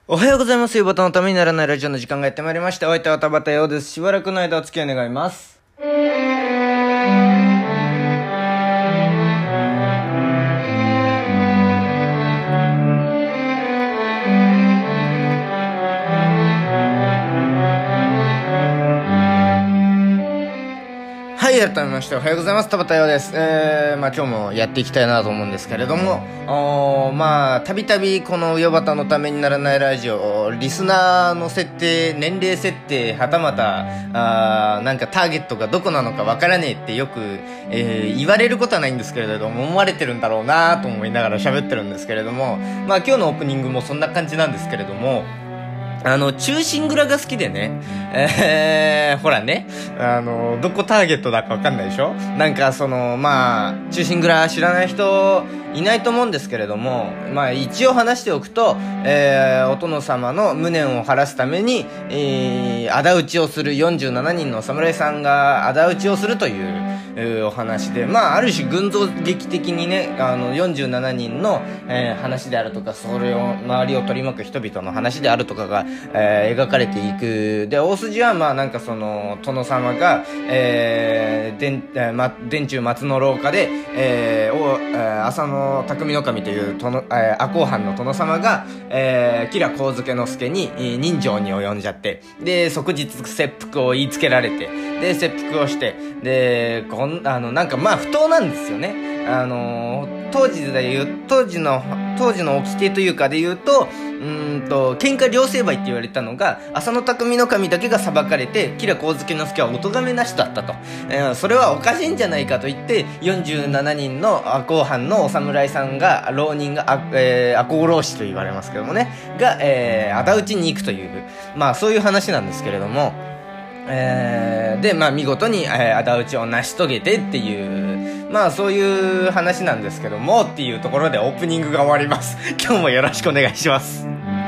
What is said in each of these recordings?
おはようございます。ゆばたのためにならないラジオの時間がやってまいりました。お相手は田畑陽です。しばらくの間お付き合い願います。はい、改めましておはようございます。田畑陽です。今日もやっていきたいなと思うんですけれども、たびたびこのヨバタのためにならないラジオ、リスナーの設定、年齢設定、はたまた、なんかターゲットがどこなのかわからねえってよく、言われることはないんですけれども、思われてるんだろうなと思いながら喋ってるんですけれども、今日のオープニングもそんな感じなんですけれども、忠臣蔵が好きでね、ほらね、どこターゲットだかわかんないでしょ。なんか忠臣蔵知らない人いないと思うんですけれども、一応話しておくと、お殿様の無念を晴らすために、仇討ちをする47人の侍さんが仇討ちをするという、お話で、ある種群像劇的にね、47人の、話であるとか、それを周りを取り巻く人々の話であるとかが、描かれていく。で、大筋は殿様が、殿中松の廊下で、浅野匠頭という赤穂藩の殿様が、吉良上野介に人情に及んじゃって、で即日切腹を言いつけられて、で切腹をして、で不当なんですよね。当時の掟というかで言うと、喧嘩両成敗って言われたのが、浅野匠頭だけが裁かれて、吉良上野介はお咎めなしだったと。それはおかしいんじゃないかと言って、47人の赤穂藩のお侍さんが、浪人が、赤穂浪士と言われますけどもね、が、仇討ちに行くという、そういう話なんですけれども、見事に、仇討ちを成し遂げてっていう、そういう話なんですけどもっていうところでオープニングが終わります。今日もよろしくお願いします。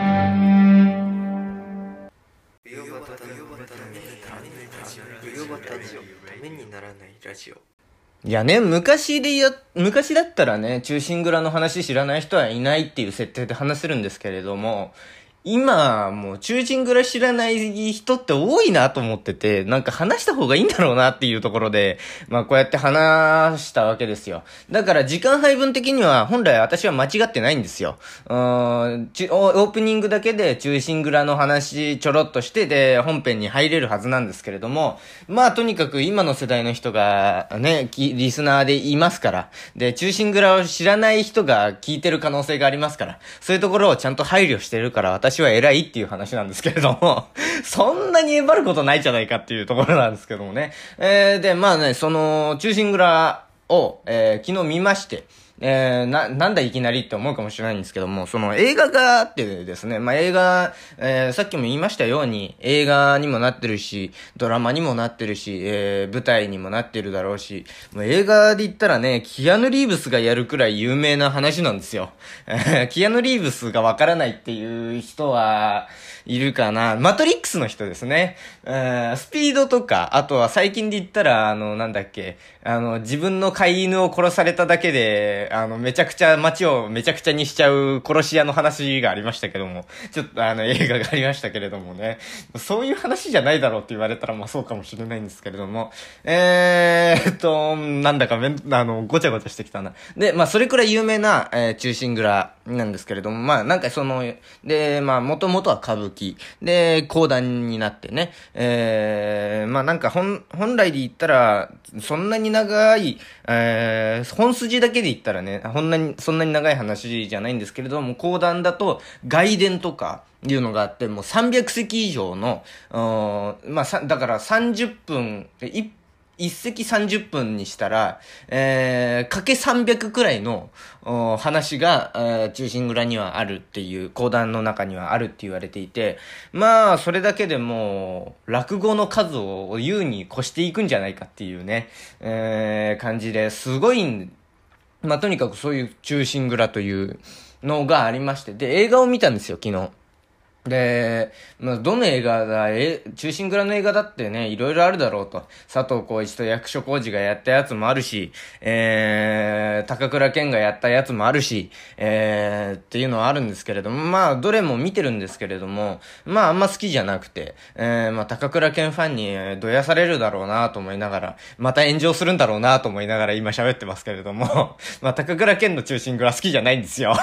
いやね、昔だったらね、忠臣蔵の話知らない人はいないっていう設定で話せるんですけれども、今、もう、忠臣蔵知らない人って多いなと思ってて、なんか話した方がいいんだろうなっていうところで、こうやって話したわけですよ。だから時間配分的には、本来私は間違ってないんですよ。オープニングだけで忠臣蔵の話ちょろっとして、で、本編に入れるはずなんですけれども、とにかく今の世代の人が、ね、リスナーでいますから、で、忠臣蔵を知らない人が聞いてる可能性がありますから、そういうところをちゃんと配慮してるから、私は偉いっていう話なんですけれども、そんなにえばることないじゃないかっていうところなんですけどもね。その、忠臣蔵を、昨日見まして、なんだいきなりって思うかもしれないんですけども、その映画があってですね、映画、さっきも言いましたように、映画にもなってるし、ドラマにもなってるし、舞台にもなってるだろうし、もう映画で言ったらね、キアヌ・リーブスがやるくらい有名な話なんですよ。キアヌ・リーブスがわからないっていう人はいるかな。マトリックスの人ですね。スピードとか、あとは最近で言ったら、自分の飼い犬を殺されただけで、めちゃくちゃ街をめちゃくちゃにしちゃう殺し屋の話がありましたけども、ちょっと映画がありましたけれどもね、そういう話じゃないだろうって言われたらそうかもしれないんですけれども、なんだかごちゃごちゃしてきたな。で、それくらい有名な、忠臣蔵なんですけれども、もともとは歌舞伎で、講談になってね、本来で言ったら、そんなに長い、本筋だけで言ったらね、そんなに長い話じゃないんですけれども、講談だと外伝とかいうのがあって、もう300席以上の、だから30分、一席30分にしたら、かけ300くらいの話が、忠臣蔵にはあるっていう、講談の中にはあるって言われていて、それだけでもう、落語の数を優に越していくんじゃないかっていうね、感じですごい、とにかくそういう忠臣蔵というのがありまして、で、映画を見たんですよ、昨日。 で、まあ、どの映画だ、忠臣蔵の映画だってね、いろいろあるだろうと。佐藤浩市と役所広司がやったやつもあるし、高倉健がやったやつもあるし、っていうのはあるんですけれども、まあ、どれも見てるんですけれども、まあ、あんま好きじゃなくて、まあ、高倉健ファンにどやされるだろうなと思いながら、また炎上するんだろうなと思いながら今喋ってますけれども、まあ、高倉健の忠臣蔵好きじゃないんですよ。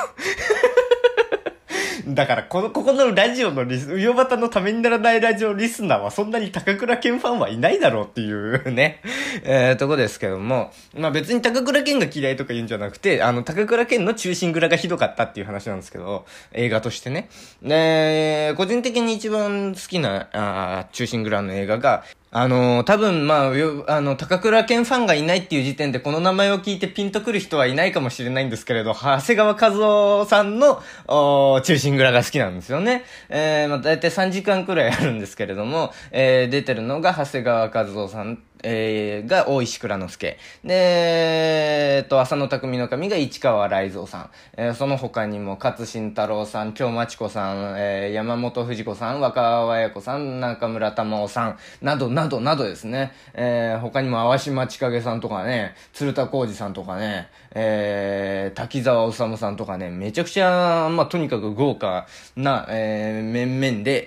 だから、ここのラジオのうよばたのためにならないラジオリスナーはそんなに高倉健ファンはいないだろうっていうね、とこですけども、まあ別に高倉健が嫌いとか言うんじゃなくて、高倉健の忠臣蔵がひどかったっていう話なんですけど、映画としてね。で、個人的に一番好きな、忠臣蔵の映画が、多分、まあ、高倉健ファンがいないっていう時点で、この名前を聞いてピンとくる人はいないかもしれないんですけれど、長谷川和夫さんの、忠臣蔵が好きなんですよね。まあ、だいたい3時間くらいあるんですけれども、出てるのが長谷川和夫さん、が大石倉之助。で、浅野匠の神が市川雷蔵さん。その他にも勝新太郎さん、京真知子さん、山本藤子さん、若川彩子さん、中村玉緒さん、などなどなどですね。他にも淡島千景さんとかね、鶴田浩二さんとかね、滝沢治さんとかね、めちゃくちゃ、まあ、とにかく豪華な、面々で、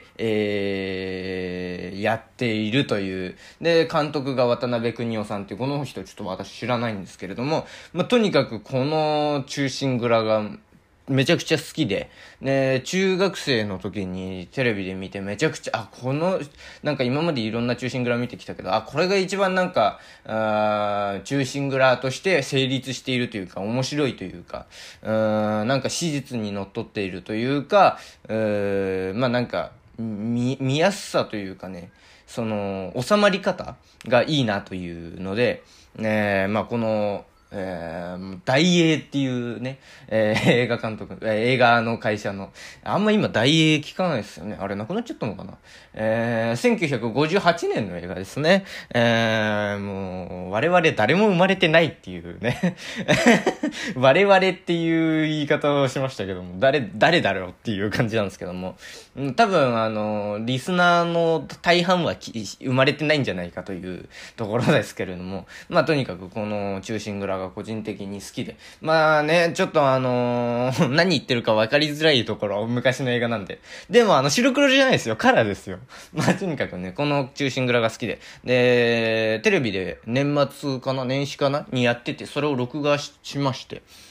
やっているという。で、監督が渡辺邦夫さんっていう、この人ちょっと私知らないんですけれども、まあ、とにかくこの忠臣蔵がめちゃくちゃ好きで、ね、中学生の時にテレビで見てめちゃくちゃ、なんか今までいろんな忠臣蔵見てきたけど、これが一番なんか、忠臣蔵として成立しているというか、面白いというか、なんか史実にのっとっているというか、まあなんか、見やすさというかね、その、収まり方がいいなというので、まあこの、大英っていうね、映画監督、映画の会社の、あんま今大英聞かないですよね。あれなくなっちゃったのかな。1958年の映画ですね。もう、我々誰も生まれてないっていうね。我々っていう言い方をしましたけども、誰だろうっていう感じなんですけども、多分リスナーの大半は生まれてないんじゃないかというところですけれども、まあとにかくこの忠臣蔵が個人的に好きで、まあね、ちょっと何言ってるか分かりづらいところ、昔の映画なんで。でも白黒じゃないですよ、カラーですよ。まあとにかくね、この忠臣蔵が好きで、で、テレビで年末かな、年始かなにやってて、それを録画しまして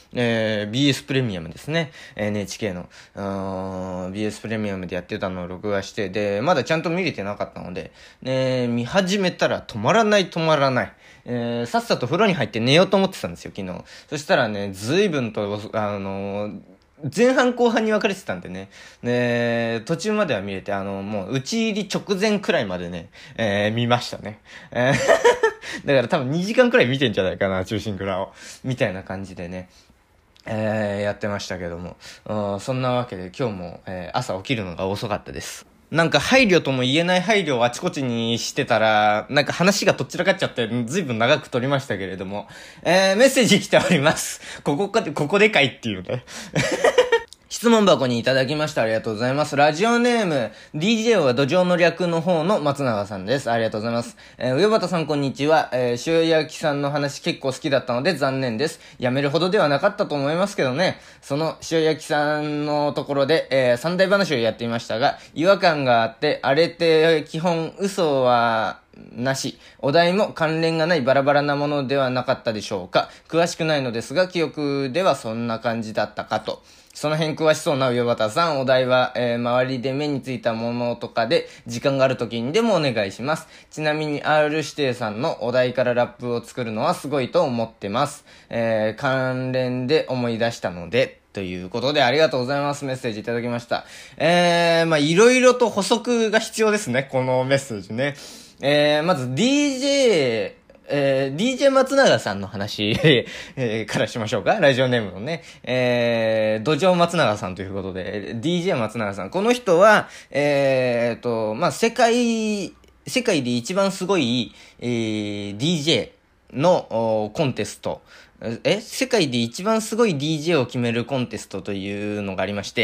、BS プレミアムですね。NHK の、BS プレミアムでやってたのを録画して、で、まだちゃんと見れてなかったので、見始めたら止まらない。さっさと風呂に入って寝ようと思ってたんですよ、昨日。そしたらね、随分と、前半後半に分かれてたんでね。途中までは見れて、もう、打ち入り直前くらいまでね、見ましたね。だから多分2時間くらい見てんじゃないかな、忠臣蔵を。みたいな感じでね。やってましたけども。そんなわけで今日も、朝起きるのが遅かったです。なんか配慮とも言えない配慮をあちこちにしてたら、なんか話がとっちらかっちゃって、ずいぶん長く撮りましたけれども、メッセージ来ております。ここでかいっていうね。質問箱にいただきました。ありがとうございます。ラジオネーム、DJ は土壌の略の方の松永さんです。ありがとうございます。上畑さんこんにちは。塩焼きさんの話結構好きだったので残念です。やめるほどではなかったと思いますけどね。その塩焼きさんのところで、三大話をやっていましたが、違和感があって、あれって基本嘘は、なし。お題も関連がないバラバラなものではなかったでしょうか。詳しくないのですが、記憶ではそんな感じだったかと。その辺詳しそうな上畑さん、お題は、周りで目についたものとかで、時間がある時にでもお願いします。ちなみに R 指定さんのお題からラップを作るのはすごいと思ってます。関連で思い出したので、ということでありがとうございます。メッセージいただきました。まあ、いろいろと補足が必要ですね、このメッセージね。まず DJ 松永さんの話、からしましょうか。ラジオネームのね。土壌松永さんということで、DJ 松永さん。この人は、まあ、世界で一番すごい、DJ のコンテスト世界で一番すごい DJ を決めるコンテストというのがありまして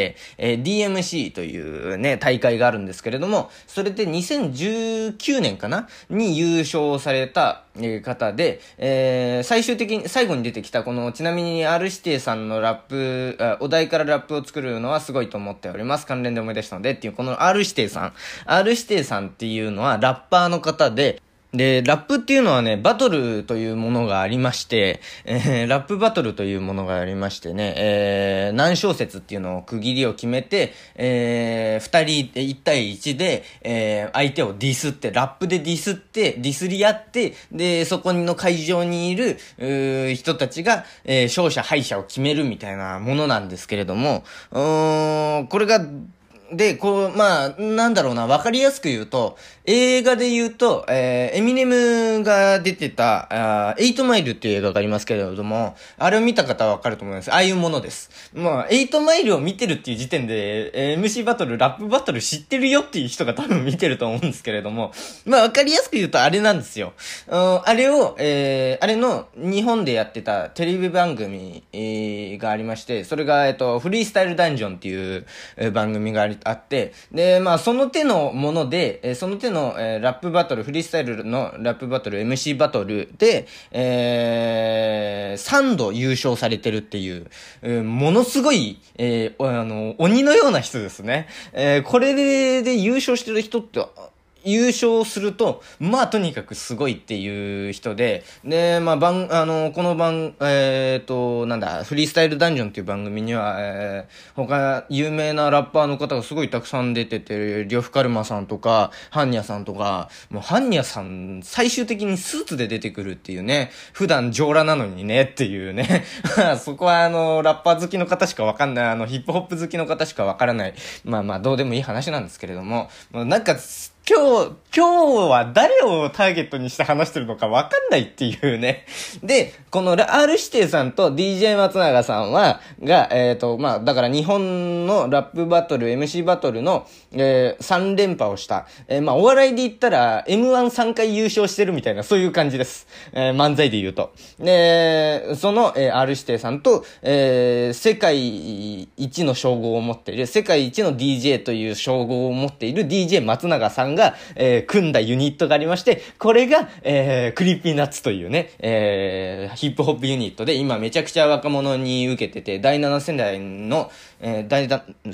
、DMC というね、大会があるんですけれども、それで2019年かなに優勝された、方で、最終的に、最後に出てきた、ちなみに R 指定さんのラップ、お題からラップを作るのはすごいと思っております。関連で思い出したのでっていう、この R 指定さん。R 指定さんっていうのはラッパーの方で、で、ラップっていうのはね、バトルというものがありまして、ラップバトルというものがありましてね、何小節っていうのを区切りを決めて、二人、一対一で、相手をディスって、ラップでディスって、ディスり合って、で、そこの会場にいる、人たちが、勝者敗者を決めるみたいなものなんですけれども、これが、で、なんだろうな、わかりやすく言うと、映画で言うと、エミネムが出てた、エイトマイルっていう映画がありますけれども、あれを見た方はわかると思います。ああいうものです。エイトマイルを見てるっていう時点で、MC バトル、ラップバトル知ってるよっていう人が多分見てると思うんですけれども、わかりやすく言うとあれなんですよ。あれを、あれの日本でやってたテレビ番組、がありまして、それが、フリースタイルダンジョンっていう、番組があって、で、その手のもので、その手の、ラップバトル、フリースタイルのラップバトル、MC バトルで、3度優勝されてるっていう、ものすごい、鬼のような人ですね。これで優勝してる人って、優勝すると、とにかくすごいっていう人で、で、このフリースタイルダンジョンっていう番組には、他、有名なラッパーの方がすごいたくさん出てて、リョフカルマさんとか、ハンニャさんとか、もうハンニャさん、最終的にスーツで出てくるっていうね、普段上裸なのにね、っていうね、そこはラッパー好きの方しかわかんない、ヒップホップ好きの方しかわからない、どうでもいい話なんですけれども、なんか、今日は誰をターゲットにして話してるのかわかんないっていうね。で、この R 指定さんと DJ 松永さんは、だから日本のラップバトル、MC バトルの、3連覇をした。お笑いで言ったら M13 回優勝してるみたいな、そういう感じです。漫才で言うと。で、その、R 指定さんと、世界一の称号を持っている、世界一の DJ という称号を持っている DJ 松永さんが、組んだユニットがありまして、これが、クリーピーナッツというね、ヒップホップユニットで、今めちゃくちゃ若者に受けてて、第7世代の、第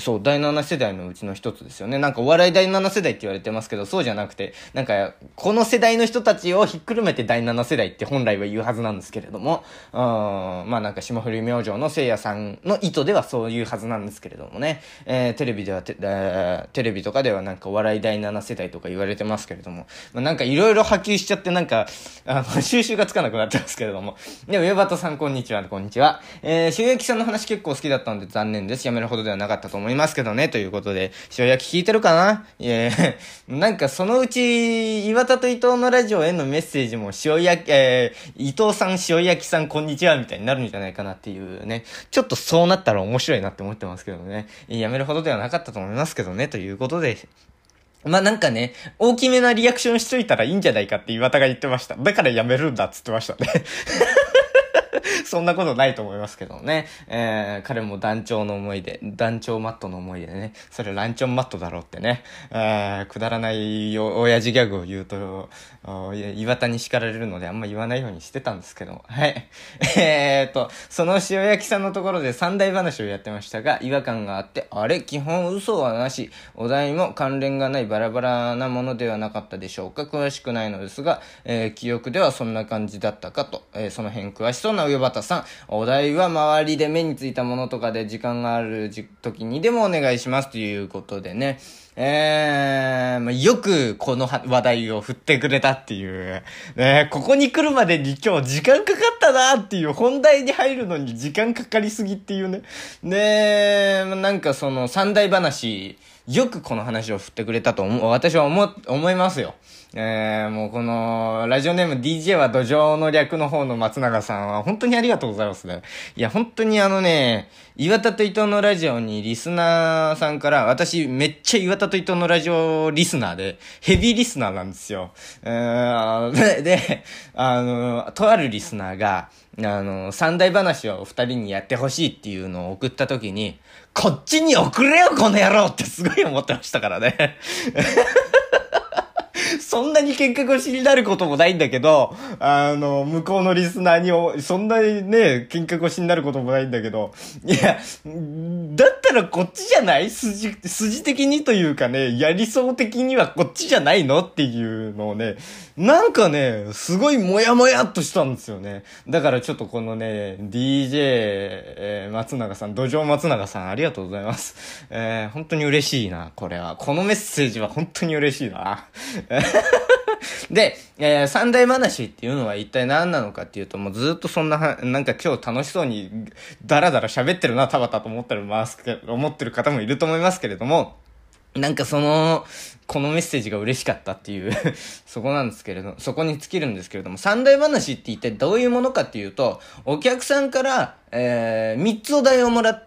7世代のうちの一つですよね。なんかお笑い第7世代って言われてますけど、そうじゃなくて、なんか、この世代の人たちをひっくるめて第7世代って本来は言うはずなんですけれども、なんか霜降り明星のせいやさんの意図ではそういうはずなんですけれどもね、テレビとかではなんかお笑い第7世代とか言われてますけれども、なんかいろいろ波及しちゃってなんか、収集がつかなくなってますけれども。で、上端さんこんにちは、こんにちは。塩焼きさんの話結構好きだったので残念です。やめるほどではなかったと思いますけどね、ということで、塩焼き聞いてるかな？なんかそのうち、岩田と伊藤のラジオへのメッセージも伊藤さん、塩焼きさんこんにちはみたいになるんじゃないかなっていうね。ちょっとそうなったら面白いなって思ってますけどね。やめるほどではなかったと思いますけどね、ということで、なんかね、大きめなリアクションしといたらいいんじゃないかって岩田が言ってました。だからやめるんだっつってましたね。そんなことないと思いますけどね。彼も団長マットの思いでね、それランチョンマットだろうってね、くだらない親父ギャグを言うと、岩田に叱られるのであんま言わないようにしてたんですけど、はい。その塩焼きさんのところで三大話をやってましたが、違和感があって、基本嘘はなし、お題も関連がないバラバラなものではなかったでしょうか。詳しくないのですが、記憶ではそんな感じだったかと、その辺詳しそうな上端さん、お題は周りで目についたものとかで時間がある時にでもお願いしますということでね。よくこの話題を振ってくれたっていう、ここに来るまでに今日時間かかったなっていう、本題に入るのに時間かかりすぎっていうね。なんかその三大話、よくこの話を振ってくれたと私は思いますよ。もうこの、ラジオネーム DJ は土壌の略の方の松永さんは本当にありがとうございますね。いや、本当に岩田と伊藤のラジオにリスナーさんから、私めっちゃ岩田と伊藤のラジオリスナーで、ヘビーリスナーなんですよ。で、とあるリスナーが、 三大話を二人にやってほしいっていうのを送った時に、こっちに送れよこの野郎ってすごい思ってましたからね。そんなに喧嘩腰になることもないんだけど、向こうのリスナーに、そんなにね、喧嘩腰になることもないんだけど、いや、だったらこっちじゃない筋的にというかね、やりそう的にはこっちじゃないのっていうのをね、なんかね、すごいモヤモヤっとしたんですよね。だからちょっとこのね、DJ、松永さん、土壌松永さん、ありがとうございます。本当に嬉しいな、これは。このメッセージは本当に嬉しいな。で、三大話っていうのは一体何なのかっていうと、もうずっとそんな、なんか今日楽しそうにダラダラ喋ってるな、田畑と思ってる方もいると思いますけれども、なんかこのメッセージが嬉しかったっていうそこなんですけれど、そこに尽きるんですけれども、三大話って一体どういうものかっていうと、お客さんから、3つお題をもらって、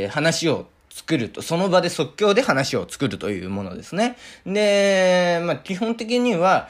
話を作ると、その場で即興で話を作るというものですね。で、基本的には、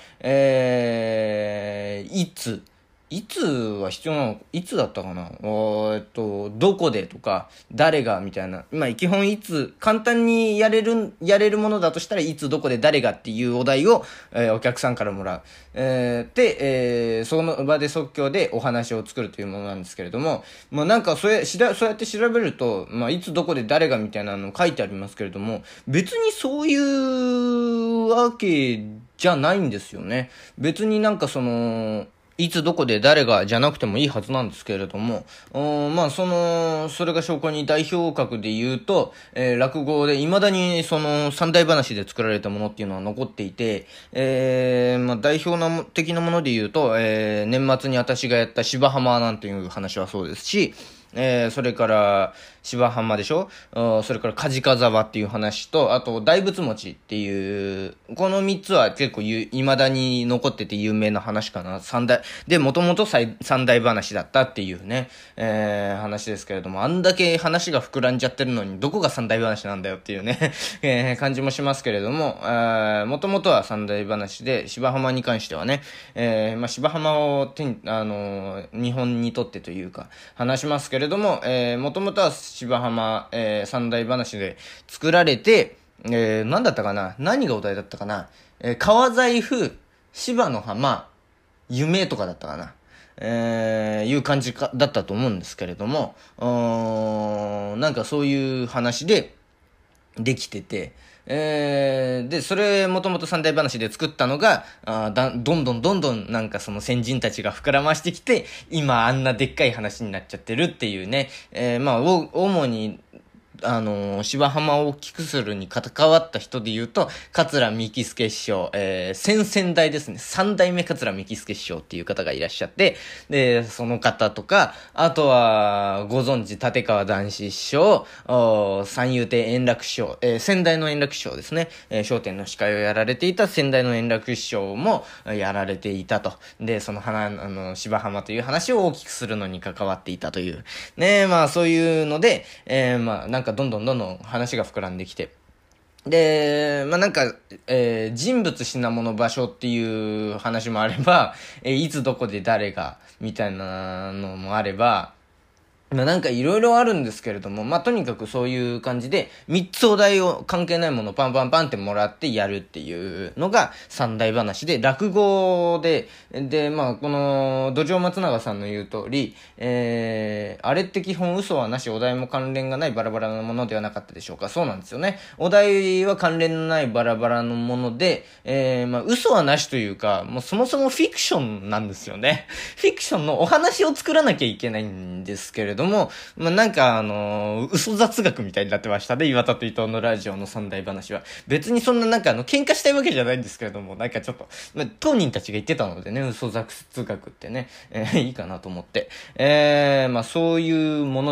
いつは必要なの？いつだったかな？どこでとか、誰がみたいな。基本簡単にやれるものだとしたら、いつ、どこで、誰がっていうお題を、お客さんからもらう。その場で即興でお話を作るというものなんですけれども、なんかそうやって調べると、いつ、どこで、誰がみたいなの書いてありますけれども、別にそういうわけじゃないんですよね。別になんかいつどこで誰がじゃなくてもいいはずなんですけれども、それが証拠に代表格で言うと、落語で未だに三大話で作られたものっていうのは残っていて、代表的なもので言うと、年末に私がやった芝浜なんていう話はそうですし、それから芝浜でしょ、それから梶沢っていう話と、あと大仏餅っていう、この3つは結構未だに残ってて有名な話かな。もともと三大話だったっていうね、話ですけれども、あんだけ話が膨らんじゃってるのに、どこが三大話なんだよっていうね、感じもしますけれども、もともとは三大話で、芝浜に関してはね、芝浜を日本にとってというか、話しますけれども、もともとは芝浜、三大話で作られて、何だったかな、何がお題だったかな、革財布、芝の浜、夢とかだったかな。いう感じだったと思うんですけれども、なんかそういう話でできてて、で、それもともと三大話で作ったのが、どんどんなんかその先人たちが膨らましてきて、今あんなでっかい話になっちゃってるっていうね、主に、芝浜を大きくするに関わった人で言うと、桂三木助師匠、先々代ですね。三代目桂三木助師匠っていう方がいらっしゃって、で、その方とか、あとは、ご存知、立川談志師匠、三遊亭円楽師匠、先代の円楽師匠ですね。笑点の司会をやられていた先代の円楽師匠もやられていたと。で、芝浜という話を大きくするのに関わっていたという。ね、そういうので、なんかどんどん話が膨らんできて。で、人物品物場所っていう話もあれば、いつどこで誰が、みたいなのもあれば、なんかいろいろあるんですけれども、とにかくそういう感じで、3つお題を関係ないものをパンパンパンってもらってやるっていうのが三大話で、落語で、この土壌松永さんの言う通り、あれって基本嘘はなし、お題も関連がないバラバラなものではなかったでしょうか。そうなんですよね。お題は関連のないバラバラのもので、嘘はなしというか、もうそもそもフィクションなんですよね。フィクションのお話を作らなきゃいけないんですけれども、嘘雑学みたいになってましたね。岩田と伊藤のラジオの三大話は。別にそんな喧嘩したいわけじゃないんですけれども、ちょっと、当人たちが言ってたのでね、嘘雑学ってね、いいかなと思って。そういうものです。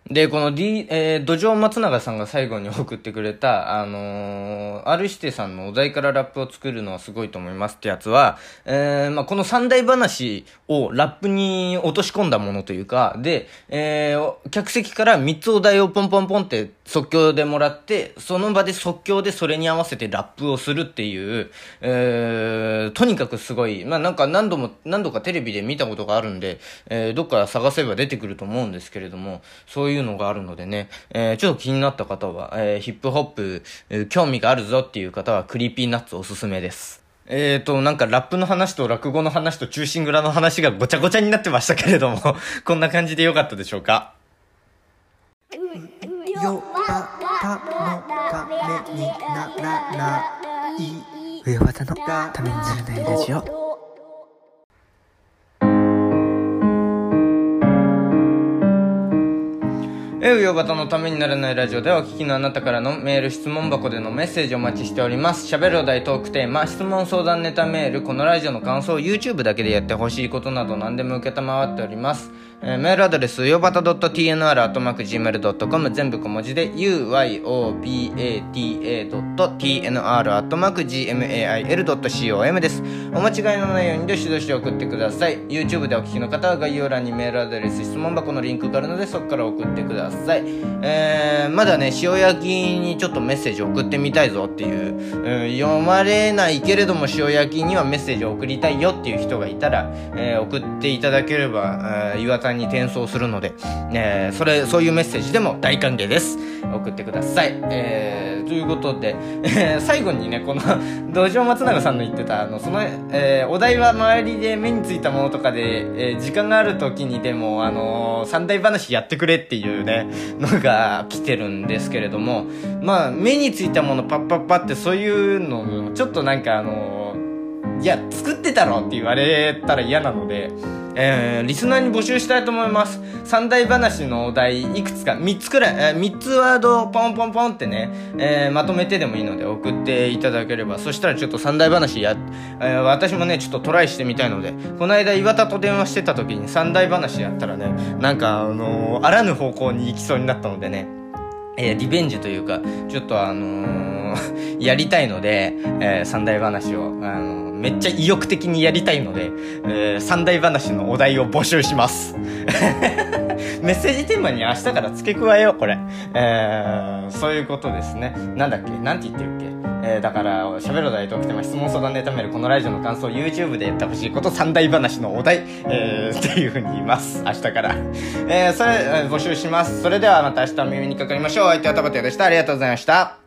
で、この土壌松永さんが最後に送ってくれた、R 指定さんのお題からラップを作るのはすごいと思いますってやつは、この三大話をラップに落とし込んだものというか、で、客席から3つお題をポンポンポンって即興でもらって、その場で即興でそれに合わせてラップをするっていう、とにかくすごい、なんか何度かテレビで見たことがあるんで、どっか探せば出てくると思うんですけれども、そういうのがあるのでね、ちょっと気になった方は、ヒップホップ、興味があるぞっていう方はクリーピーナッツおすすめです。なんかラップの話と落語の話と忠臣蔵の話がごちゃごちゃになってましたけれども、こんな感じでよかったでしょうか？ よばたのためにならないよばたのためにならないラジオ。 うよばたのためにならないラジオではお聞きのあなたからのメール質問箱でのメッセージをお待ちしております。喋るお題トークテーマ、質問相談ネタメール、このラジオの感想、 YouTube だけでやってほしいことなど何でも受けたまわっております。メールアドレスよばた .tnr@gmail.com 全部小文字で uyobata.tnr@gmail.com です。お間違いのないようにどしどし送ってください。 YouTube でお聞きの方は概要欄にメールアドレス質問箱のリンクがあるのでそこから送ってください。まだね塩焼きにちょっとメッセージ送ってみたいぞっていう、読まれないけれども塩焼きにはメッセージを送りたいよっていう人がいたら、送っていただければ岩田に転送するので、そういうメッセージでも大歓迎です。送ってください。ということで、最後にねこの土壌松永さんの言ってたその、お題は周りで目についたものとかで、時間がある時にでも三大話やってくれっていうねのが来てるんですけれども、目についたものパッパッパってそういうのちょっとなんかいや作ってたろって言われたら嫌なので、リスナーに募集したいと思います。三大話のお題いくつか3つくらい、3つワードをポンポンポンってね、まとめてでもいいので送っていただければ、そしたらちょっと三大話私もねちょっとトライしてみたいので、この間岩田と電話してた時に三大話やったらねなんかあらぬ方向に行きそうになったのでね、リベンジというかちょっとやりたいので、三大話をめっちゃ意欲的にやりたいので、三大話のお題を募集しますメッセージテーマに明日から付け加えようこれ、そういうことですね。なんだっけなんて言ってるっけ、だから喋るお題ときて質問相談ネタメール、このラジオの感想、 YouTube でやってほしいこと、三大話のお題、っていう風に言います明日から、それ、募集します。それではまた明日お耳にかかりましょう。お相手は田畑でした。ありがとうございました。